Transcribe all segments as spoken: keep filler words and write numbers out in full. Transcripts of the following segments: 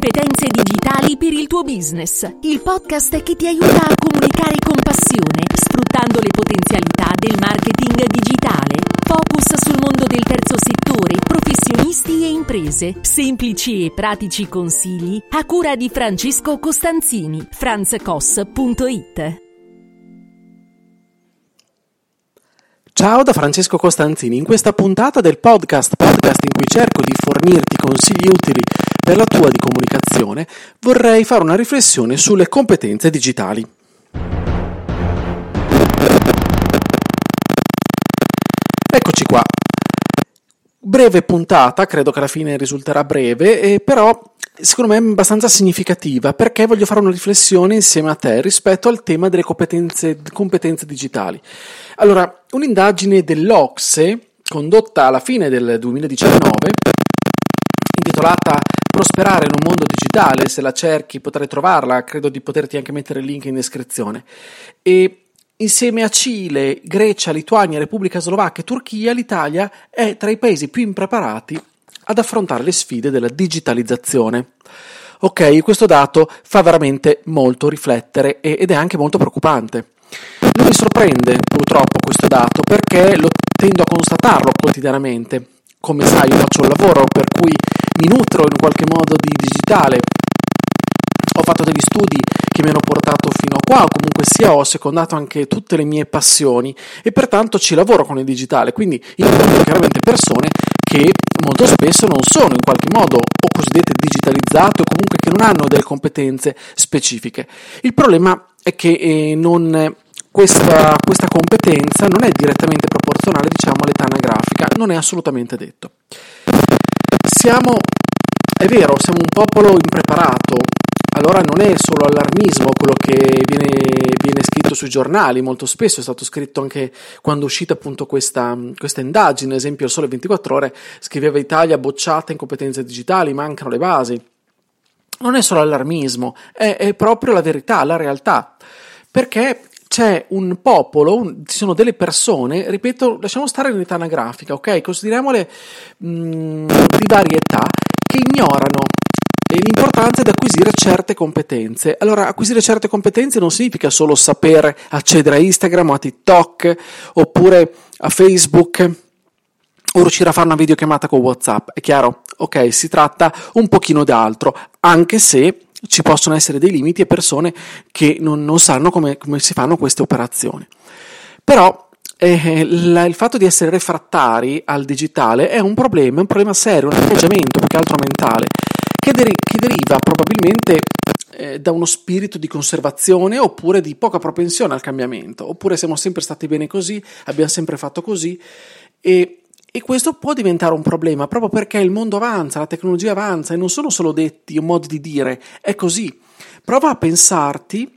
Competenze digitali per il tuo business. Il podcast che ti aiuta a comunicare con passione, sfruttando le potenzialità del marketing digitale. Focus sul mondo del terzo settore, professionisti e imprese. Semplici e pratici consigli a cura di Francesco Costanzini. franzcos punto it. Ciao da Francesco Costanzini. In questa puntata del podcast, podcast in cui cerco di fornirti consigli utili per la tua di comunicazione, vorrei fare una riflessione sulle competenze digitali. Eccoci qua. Breve puntata, credo che alla fine risulterà breve, eh, però secondo me è abbastanza significativa, perché voglio fare una riflessione insieme a te rispetto al tema delle competenze, competenze digitali. Allora, un'indagine dell'O C S E condotta alla fine del duemiladiciannove, intitolata Prosperare in un mondo digitale, se la cerchi potrai trovarla, credo di poterti anche mettere il link in descrizione, e insieme a Cile, Grecia, Lituania, Repubblica Slovacca e Turchia, l'Italia è tra i paesi più impreparati ad affrontare le sfide della digitalizzazione. Ok, questo dato fa veramente molto riflettere ed è anche molto preoccupante. Non mi sorprende purtroppo questo dato, perché lo tendo a constatarlo quotidianamente. Come sai, io faccio un lavoro per cui mi nutro in qualche modo di digitale. Ho fatto degli studi che mi hanno portato fino a qua, o comunque sia ho secondato anche tutte le mie passioni e pertanto ci lavoro con il digitale, quindi incontro chiaramente persone che molto spesso non sono in qualche modo o cosiddette digitalizzate o comunque che non hanno delle competenze specifiche. Il problema è che eh, non, questa, questa competenza non è direttamente proporzionale, diciamo, all'età anagrafica, non è assolutamente detto. Siamo, è vero, siamo un popolo impreparato. Allora non è solo allarmismo quello che viene, viene scritto sui giornali, molto spesso è stato scritto anche quando è uscita appunto questa, questa indagine, ad esempio il Sole ventiquattro Ore scriveva Italia bocciata in competenze digitali, mancano le basi. Non è solo allarmismo, è, è proprio la verità, la realtà, perché c'è un popolo, un, ci sono delle persone, ripeto, lasciamo stare l'età anagrafica, ok? Consideriamole mh, di varie età, che ignorano l'importanza di acquisire certe competenze. Allora, acquisire certe competenze non significa solo sapere accedere a Instagram o a TikTok oppure a Facebook o riuscire a fare una videochiamata con WhatsApp, è chiaro? Ok, si tratta un pochino di altro, anche se ci possono essere dei limiti e persone che non, non sanno come, come si fanno queste operazioni. Però eh, la, il fatto di essere refrattari al digitale è un problema, è un problema serio, un atteggiamento più che altro mentale, che, deri- che deriva probabilmente eh, da uno spirito di conservazione oppure di poca propensione al cambiamento, oppure siamo sempre stati bene così, abbiamo sempre fatto così e, e questo può diventare un problema proprio perché il mondo avanza, la tecnologia avanza e non sono solo detti o modi di dire, è così. Prova a pensarti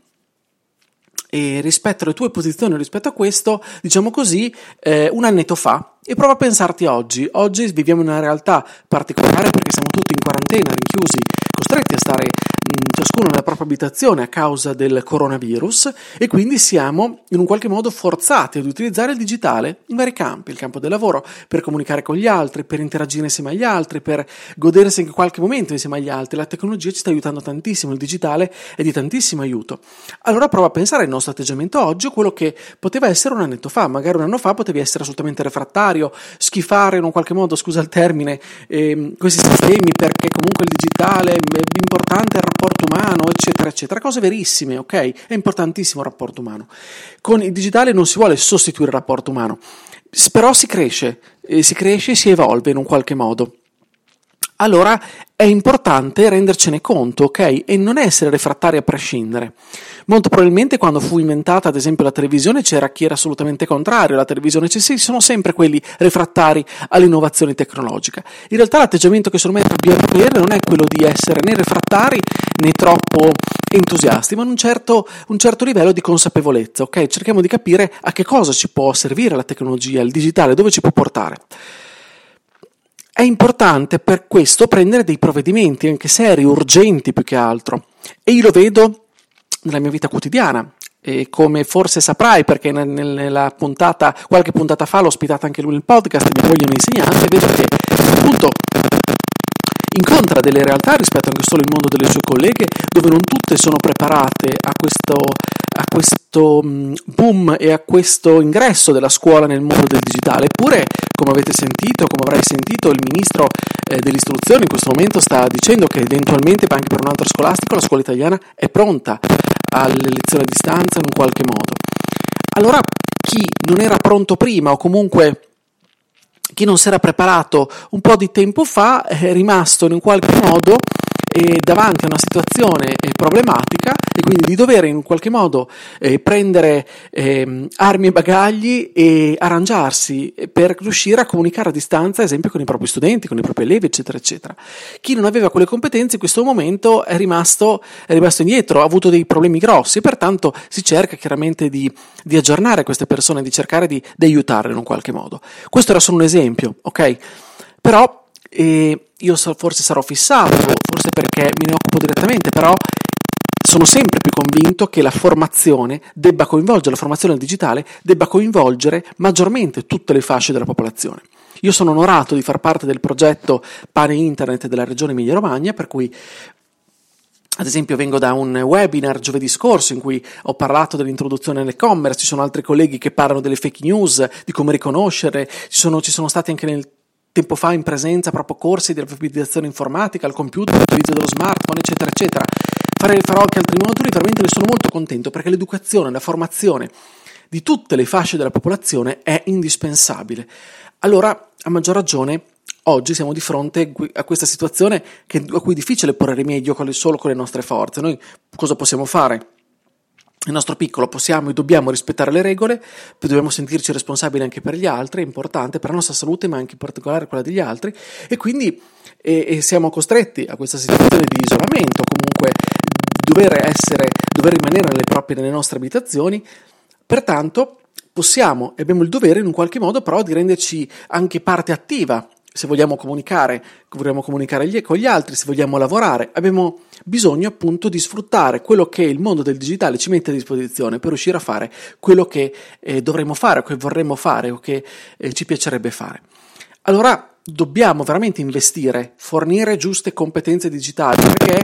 e rispetto alle tue posizioni rispetto a questo, diciamo così, eh, un annetto fa e prova a pensarti oggi. Oggi viviamo in una realtà particolare perché siamo tutti in quarantena, rinchiusi, costretti a stare mh, ciascuno nella propria abitazione a causa del coronavirus e quindi siamo in un qualche modo forzati ad utilizzare il digitale in vari campi, il campo del lavoro, per comunicare con gli altri, per interagire insieme agli altri, per godersi in qualche momento insieme agli altri. La tecnologia ci sta aiutando tantissimo, il digitale è di tantissimo aiuto. Allora prova a pensare al nostro atteggiamento oggi o quello che poteva essere un annetto fa. Magari un anno fa potevi essere assolutamente refrattario, schifare in un qualche modo, scusa il termine, ehm, questi sistemi perché comunque il digitale è importante, il rapporto umano, eccetera eccetera, cose verissime, ok? È importantissimo il rapporto umano. Con il digitale non si vuole sostituire il rapporto umano, però si cresce, eh, si cresce e si evolve in un qualche modo. Allora è importante rendercene conto, ok? E non essere refrattari a prescindere. Molto probabilmente quando fu inventata ad esempio la televisione c'era chi era assolutamente contrario alla televisione, ci sono sempre quelli refrattari all'innovazione tecnologica. In realtà l'atteggiamento che secondo me dobbiamo avere non è quello di essere né refrattari né troppo entusiasti, ma un certo, un certo livello di consapevolezza, ok? Cerchiamo di capire a che cosa ci può servire la tecnologia, il digitale, dove ci può portare. È importante per questo prendere dei provvedimenti anche seri, urgenti più che altro, e io lo vedo nella mia vita quotidiana e come forse saprai perché nella puntata, qualche puntata fa l'ho ospitata anche lui nel podcast, mi voglio un insegnante, vedo che appunto incontra delle realtà rispetto anche solo il mondo delle sue colleghe, dove non tutte sono preparate a questo, a questo boom e a questo ingresso della scuola nel mondo del digitale. Eppure, come avete sentito, come avrai sentito, il ministro eh, dell'istruzione in questo momento sta dicendo che eventualmente anche per un altro scolastico la scuola italiana è pronta alle lezioni a distanza in un qualche modo. Allora, chi non era pronto prima o comunque chi non si era preparato un po' di tempo fa è rimasto in un qualche modo eh, davanti a una situazione eh, problematica, e quindi di dover in qualche modo eh, prendere eh, armi e bagagli e arrangiarsi per riuscire a comunicare a distanza, ad esempio con i propri studenti, con i propri allievi, eccetera, eccetera. Chi non aveva quelle competenze in questo momento è rimasto, è rimasto indietro, ha avuto dei problemi grossi, e pertanto si cerca chiaramente di, di aggiornare queste persone, di cercare di, di aiutarle in un qualche modo. Questo era solo un esempio, ok? Però eh, io forse sarò fissato, forse perché me ne occupo direttamente, però sono sempre più convinto che la formazione debba coinvolgere, la formazione digitale debba coinvolgere maggiormente tutte le fasce della popolazione. Io sono onorato di far parte del progetto Pane Internet della Regione Emilia-Romagna, per cui ad esempio vengo da un webinar giovedì scorso in cui ho parlato dell'introduzione nell'e-commerce, ci sono altri colleghi che parlano delle fake news, di come riconoscere, ci sono, ci sono stati anche nel tempo fa in presenza proprio corsi di alfabetizzazione informatica, al computer, l'utilizzo dello smartphone, eccetera, eccetera. Fare, farò anche altri moduli, veramente ne sono molto contento, perché l'educazione, la formazione di tutte le fasce della popolazione è indispensabile. Allora, a maggior ragione, oggi siamo di fronte a questa situazione che, a cui è difficile porre rimedio con le, solo con le nostre forze. Noi cosa possiamo fare? Il nostro piccolo possiamo e dobbiamo rispettare le regole, dobbiamo sentirci responsabili anche per gli altri, è importante per la nostra salute, ma anche in particolare quella degli altri, e quindi e, e siamo costretti a questa situazione di isolamento, comunque dover essere, dover rimanere nelle proprie, nelle nostre abitazioni. Pertanto possiamo e abbiamo il dovere in un qualche modo però di renderci anche parte attiva. Se vogliamo comunicare, vogliamo comunicare con gli altri, se vogliamo lavorare, abbiamo bisogno appunto di sfruttare quello che il mondo del digitale ci mette a disposizione per riuscire a fare quello che eh, dovremmo fare, o che vorremmo fare, o che eh, ci piacerebbe fare. Allora dobbiamo veramente investire, fornire giuste competenze digitali, perché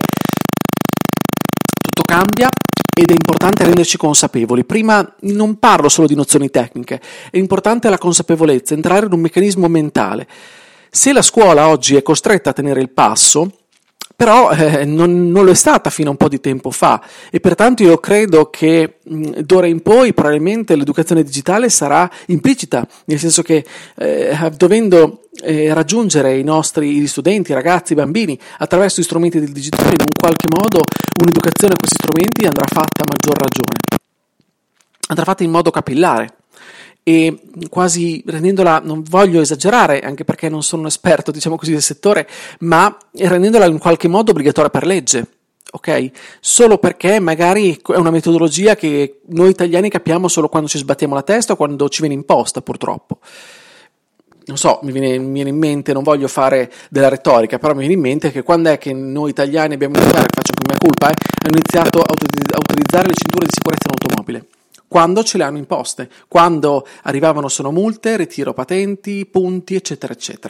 tutto cambia ed è importante renderci consapevoli. Prima non parlo solo di nozioni tecniche, è importante la consapevolezza, entrare in un meccanismo mentale. Se la scuola oggi è costretta a tenere il passo, però eh, non, non lo è stata fino a un po' di tempo fa, e pertanto io credo che mh, d'ora in poi probabilmente l'educazione digitale sarà implicita, nel senso che eh, dovendo eh, raggiungere i nostri studenti, i ragazzi, i bambini attraverso gli strumenti del digitale, in un qualche modo un'educazione a questi strumenti andrà fatta a maggior ragione, andrà fatta in modo capillare. E quasi rendendola, non voglio esagerare, anche perché non sono un esperto, diciamo così, del settore, ma rendendola in qualche modo obbligatoria per legge, ok? Solo perché magari è una metodologia che noi italiani capiamo solo quando ci sbattiamo la testa o quando ci viene imposta, purtroppo. Non so, mi viene, mi viene in mente, non voglio fare della retorica, però mi viene in mente che quando è che noi italiani abbiamo iniziato, faccio come mia colpa, eh, hanno iniziato a utilizzare le cinture di sicurezza in automobile. Quando ce le hanno imposte, quando arrivavano solo multe, ritiro patenti, punti, eccetera, eccetera.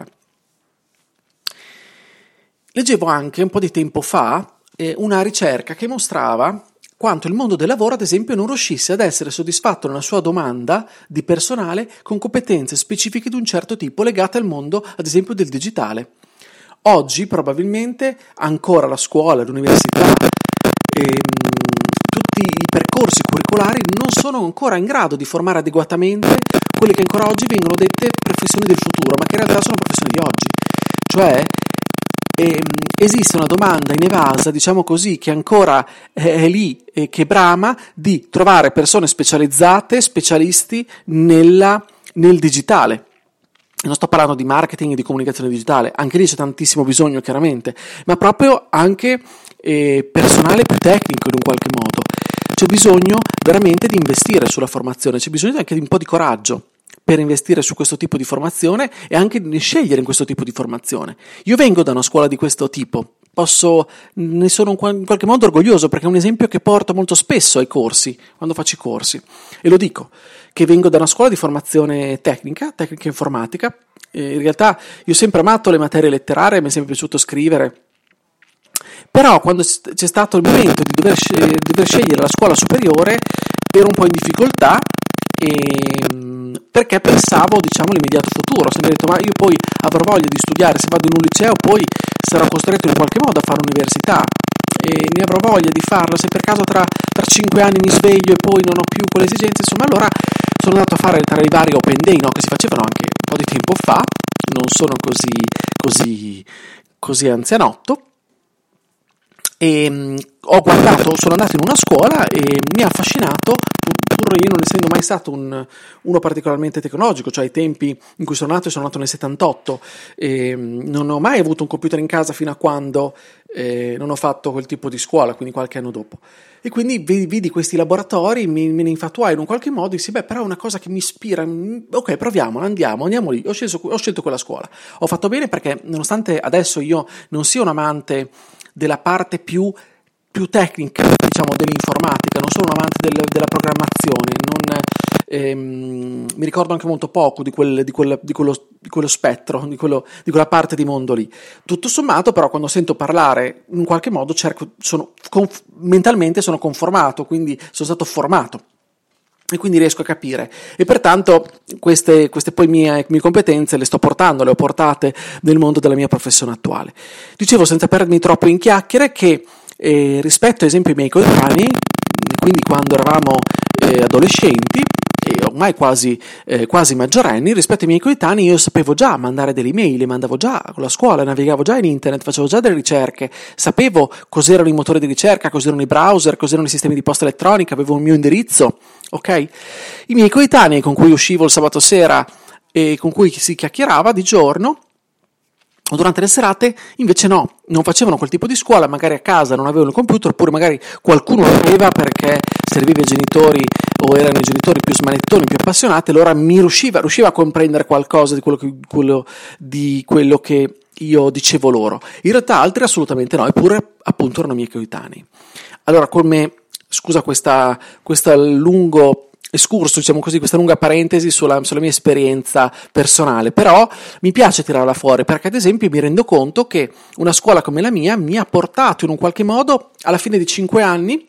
Leggevo anche un po' di tempo fa eh, una ricerca che mostrava quanto il mondo del lavoro, ad esempio, non riuscisse ad essere soddisfatto nella sua domanda di personale con competenze specifiche di un certo tipo legate al mondo, ad esempio, del digitale. Oggi, probabilmente, ancora la scuola, l'università, ehm, tutti i percorsi curricolari non sono ancora in grado di formare adeguatamente quelle che ancora oggi vengono dette professioni del futuro, ma che in realtà sono professioni di oggi. Cioè, ehm, esiste una domanda inevasa, diciamo così, che ancora è, è lì e che brama di trovare persone specializzate, specialisti nella, nel digitale. Non sto parlando di marketing e di comunicazione digitale, anche lì c'è tantissimo bisogno chiaramente, ma proprio anche eh, personale più tecnico in un qualche modo. C'è bisogno veramente di investire sulla formazione, c'è bisogno anche di un po' di coraggio per investire su questo tipo di formazione e anche di scegliere in questo tipo di formazione. Io vengo da una scuola di questo tipo, posso, ne sono in qualche modo orgoglioso perché è un esempio che porto molto spesso ai corsi, quando faccio i corsi, e lo dico, che vengo da una scuola di formazione tecnica, tecnica informatica, Eh, in realtà io ho sempre amato le materie letterarie, mi è sempre piaciuto scrivere, però quando c'è stato il momento di dover, scel- di dover scegliere la scuola superiore ero un po' in difficoltà, e, perché pensavo, diciamo, all'immediato futuro. Ho sempre detto, ma io poi avrò voglia di studiare, se vado in un liceo poi sarò costretto in qualche modo a fare università, e ne avrò voglia di farlo, se per caso tra, tra cinque anni mi sveglio e poi non ho più quelle esigenze. Insomma, allora sono andato a fare tra i vari open day, no, che si facevano anche un po' di tempo fa, non sono così, così, così anzianotto, e mh, ho guardato, sono andato in una scuola e mi ha affascinato, pur io non essendo mai stato un, uno particolarmente tecnologico, cioè ai tempi in cui sono nato, sono nato nel settantotto, e mh, non ho mai avuto un computer in casa fino a quando eh, non ho fatto quel tipo di scuola, quindi qualche anno dopo. E quindi vidi questi laboratori, mi, me ne infatuai in un qualche modo, e dissi, beh, però è una cosa che mi ispira, ok, proviamola, andiamo, andiamo lì. Ho scelto, ho scelto quella scuola. Ho fatto bene perché, nonostante adesso io non sia un amante della parte più, più tecnica, diciamo, dell'informatica, non sono un amante del, della programmazione, non, ehm, mi ricordo anche molto poco di, quel, di, quel, di, quello, di quello spettro, di, quello, di quella parte di mondo lì. Tutto sommato, però, quando sento parlare, in qualche modo cerco, sono, conf, mentalmente sono conformato, quindi sono stato formato. E quindi riesco a capire, e pertanto queste, queste poi mie, mie competenze le sto portando, le ho portate nel mondo della mia professione attuale. Dicevo, senza perdermi troppo in chiacchiere, che eh, rispetto ad esempio ai miei coetanei, quindi quando eravamo eh, adolescenti e ormai quasi, eh, quasi maggiorenni, rispetto ai miei coetanei io sapevo già mandare delle email, le mandavo già con la scuola, navigavo già in internet, facevo già delle ricerche, sapevo cos'erano i motori di ricerca, cos'erano i browser, cos'erano i sistemi di posta elettronica, avevo un mio indirizzo, ok? I miei coetanei con cui uscivo il sabato sera e con cui si chiacchierava di giorno o durante le serate, invece no, non facevano quel tipo di scuola, magari a casa non avevano il computer, oppure magari qualcuno lo aveva perché serviva ai genitori o erano i genitori più smanettoni, più appassionati, allora mi riusciva, riusciva a comprendere qualcosa di quello che, quello, di quello che io dicevo loro. In realtà altri assolutamente no, eppure appunto erano miei coetanei. Allora, come, scusa questa, questa lungo escurso, diciamo così, questa lunga parentesi sulla, sulla mia esperienza personale, però mi piace tirarla fuori perché ad esempio mi rendo conto che una scuola come la mia mi ha portato in un qualche modo alla fine di cinque anni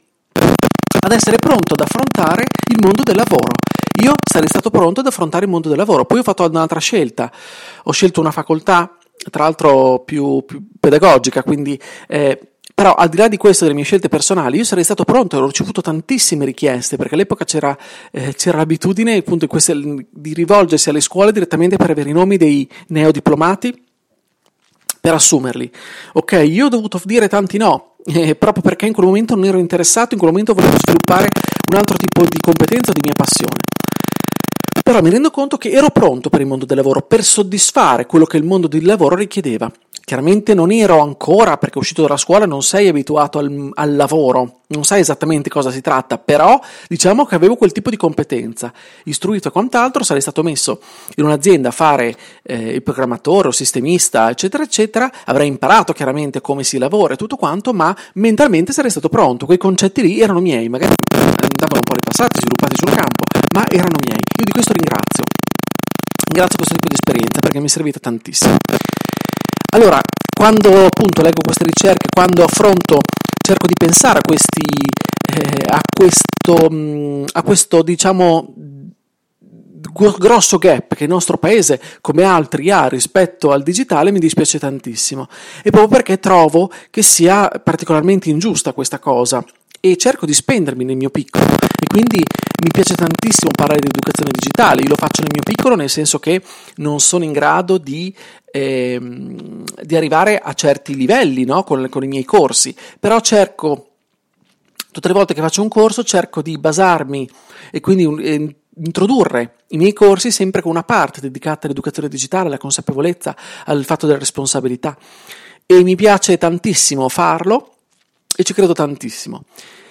ad essere pronto ad affrontare il mondo del lavoro. Io sarei stato pronto ad affrontare il mondo del lavoro, poi ho fatto un'altra scelta, ho scelto una facoltà tra l'altro più, più pedagogica, quindi eh, però al di là di questo, delle mie scelte personali, io sarei stato pronto, ho ricevuto tantissime richieste, perché all'epoca c'era, eh, c'era l'abitudine appunto in queste, di rivolgersi alle scuole direttamente per avere i nomi dei neodiplomati, per assumerli. Ok, io ho dovuto dire tanti no, eh, proprio perché in quel momento non ero interessato, in quel momento volevo sviluppare un altro tipo di competenza, di mia passione. Però mi rendo conto che ero pronto per il mondo del lavoro, per soddisfare quello che il mondo del lavoro richiedeva. Chiaramente non ero ancora, perché uscito dalla scuola non sei abituato al, al lavoro, non sai esattamente cosa si tratta, però diciamo che avevo quel tipo di competenza, istruito e quant'altro, sarei stato messo in un'azienda a fare eh, il programmatore o sistemista, eccetera, eccetera, avrei imparato chiaramente come si lavora e tutto quanto, ma mentalmente sarei stato pronto, quei concetti lì erano miei, magari andavano un po' ripassati, sviluppati sul campo, ma erano miei. Io di questo ringrazio, ringrazio questo tipo di esperienza perché mi è servita tantissimo. Allora, quando appunto leggo queste ricerche, quando affronto, cerco di pensare a questi, eh, a questo, mh, a questo diciamo grosso gap che il nostro paese, come altri, ha rispetto al digitale, mi dispiace tantissimo. E proprio perché trovo che sia particolarmente ingiusta questa cosa. E cerco di spendermi nel mio piccolo, e quindi mi piace tantissimo parlare di educazione digitale. Io lo faccio nel mio piccolo, nel senso che non sono in grado di, ehm, di arrivare a certi livelli, no? con, con i miei corsi, però cerco, tutte le volte che faccio un corso, cerco di basarmi e quindi eh, introdurre i miei corsi sempre con una parte dedicata all'educazione digitale, alla consapevolezza, al fatto della responsabilità, e mi piace tantissimo farlo e ci credo tantissimo.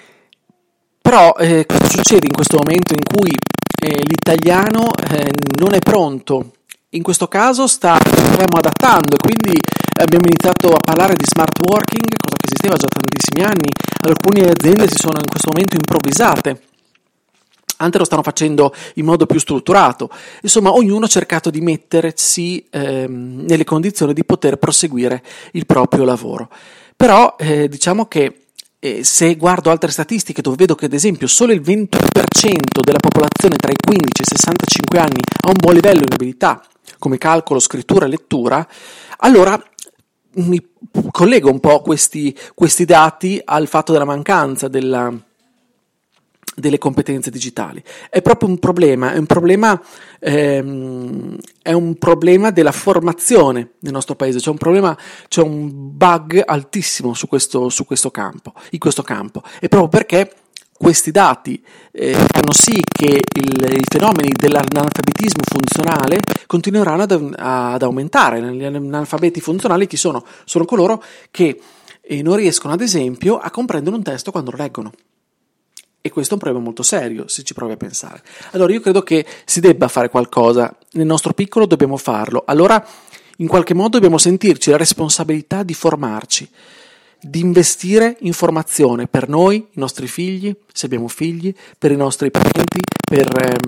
Però eh, cosa succede in questo momento in cui eh, l'italiano eh, non è pronto? In questo caso sta, stiamo adattando, e quindi abbiamo iniziato a parlare di smart working, cosa che esisteva già tantissimi anni. Alcune aziende si sono in questo momento improvvisate altri lo stanno facendo in modo più strutturato. Insomma, ognuno ha cercato di mettersi ehm, nelle condizioni di poter proseguire il proprio lavoro. Però eh, diciamo che eh, se guardo altre statistiche dove vedo che ad esempio solo il ventuno per cento della popolazione tra i quindici e i sessantacinque anni ha un buon livello in abilità come calcolo, scrittura e lettura, allora mi collego un po' questi, questi dati al fatto della mancanza della delle competenze digitali. È proprio un problema, è un problema, ehm, è un problema della formazione nel nostro paese, c'è un problema, c'è un bug altissimo su questo, su questo campo, in questo campo, e proprio perché questi dati eh, fanno sì che il, i fenomeni dell'analfabetismo funzionale continueranno ad, ad aumentare. Gli analfabeti funzionali chi sono? Sono coloro che eh, non riescono ad esempio a comprendere un testo quando lo leggono. E questo è un problema molto serio, se ci provi a pensare. Allora io credo che si debba fare qualcosa, nel nostro piccolo dobbiamo farlo. Allora in qualche modo dobbiamo sentirci la responsabilità di formarci, di investire in formazione per noi, i nostri figli, se abbiamo figli, per i nostri parenti, per, ehm,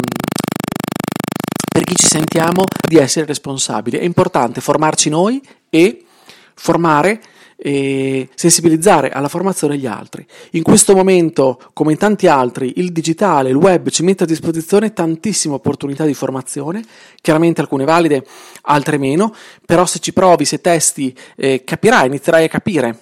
per chi ci sentiamo di essere responsabili. È importante formarci noi e formare e sensibilizzare alla formazione gli altri. In questo momento, come in tanti altri, il digitale, il web ci mette a disposizione tantissime opportunità di formazione, chiaramente alcune valide, altre meno, però se ci provi, se testi, eh, capirai, inizierai a capire,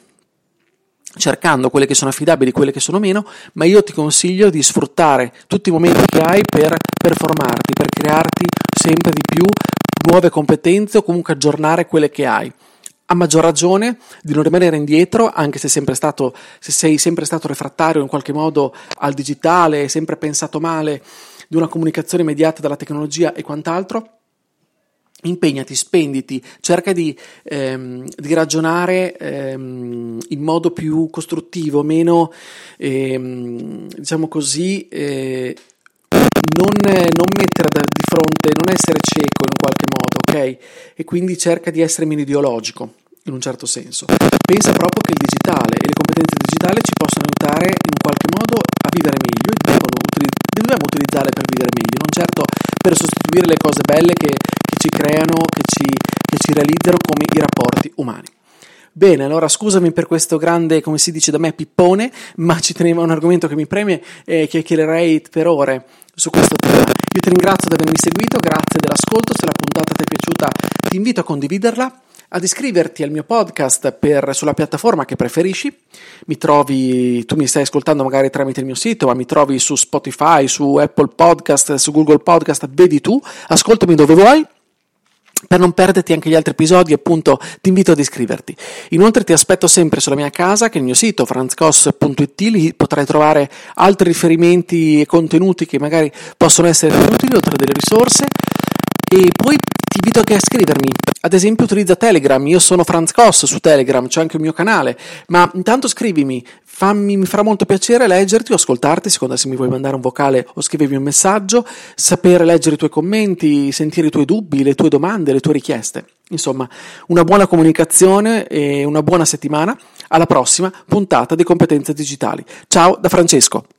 cercando quelle che sono affidabili, quelle che sono meno, ma io ti consiglio di sfruttare tutti i momenti che hai per, per formarti, per crearti sempre di più nuove competenze o comunque aggiornare quelle che hai. A maggior ragione di non rimanere indietro, anche se, sempre stato, se sei sempre stato refrattario in qualche modo al digitale, sempre pensato male di una comunicazione mediata dalla tecnologia e quant'altro. Impegnati, spenditi, cerca di, ehm, di ragionare ehm, in modo più costruttivo, meno, ehm, diciamo così, eh, non, non mettere da, di fronte, non essere cieco in qualche modo, ok? E quindi cerca di essere meno ideologico, in un certo senso. Pensa proprio che il digitale e le competenze digitali ci possono aiutare in qualche modo a vivere meglio e devono, dobbiamo utilizzarle per vivere meglio, non certo per sostituire le cose belle che, che ci creano, che ci, che ci realizzano come i rapporti umani. Bene, allora scusami per questo grande, come si dice da me, pippone, ma ci tenevo a un argomento che mi preme e chiacchiererei per ore su questo tema. Io ti ringrazio di avermi seguito, grazie dell'ascolto, se la puntata ti è piaciuta ti invito a condividerla, ad iscriverti al mio podcast per, sulla piattaforma che preferisci. Mi trovi, tu mi stai ascoltando magari tramite il mio sito, ma mi trovi su Spotify, su Apple Podcast, su Google Podcast, vedi tu, ascoltami dove vuoi. Per non perderti anche gli altri episodi, appunto, ti invito ad iscriverti. Inoltre ti aspetto sempre sulla mia casa, che è il mio sito franz cos punto it, lì potrai trovare altri riferimenti e contenuti che magari possono essere utili, oltre a delle risorse. E poi ti invito anche a scrivermi, ad esempio utilizza Telegram, io sono Franz Cos su Telegram, c'è anche il mio canale, ma intanto scrivimi, fammi, mi farà molto piacere leggerti o ascoltarti, secondo se mi vuoi mandare un vocale o scrivermi un messaggio, sapere leggere i tuoi commenti, sentire i tuoi dubbi, le tue domande, le tue richieste. Insomma, una buona comunicazione e una buona settimana, alla prossima puntata di Competenze Digitali. Ciao da Francesco!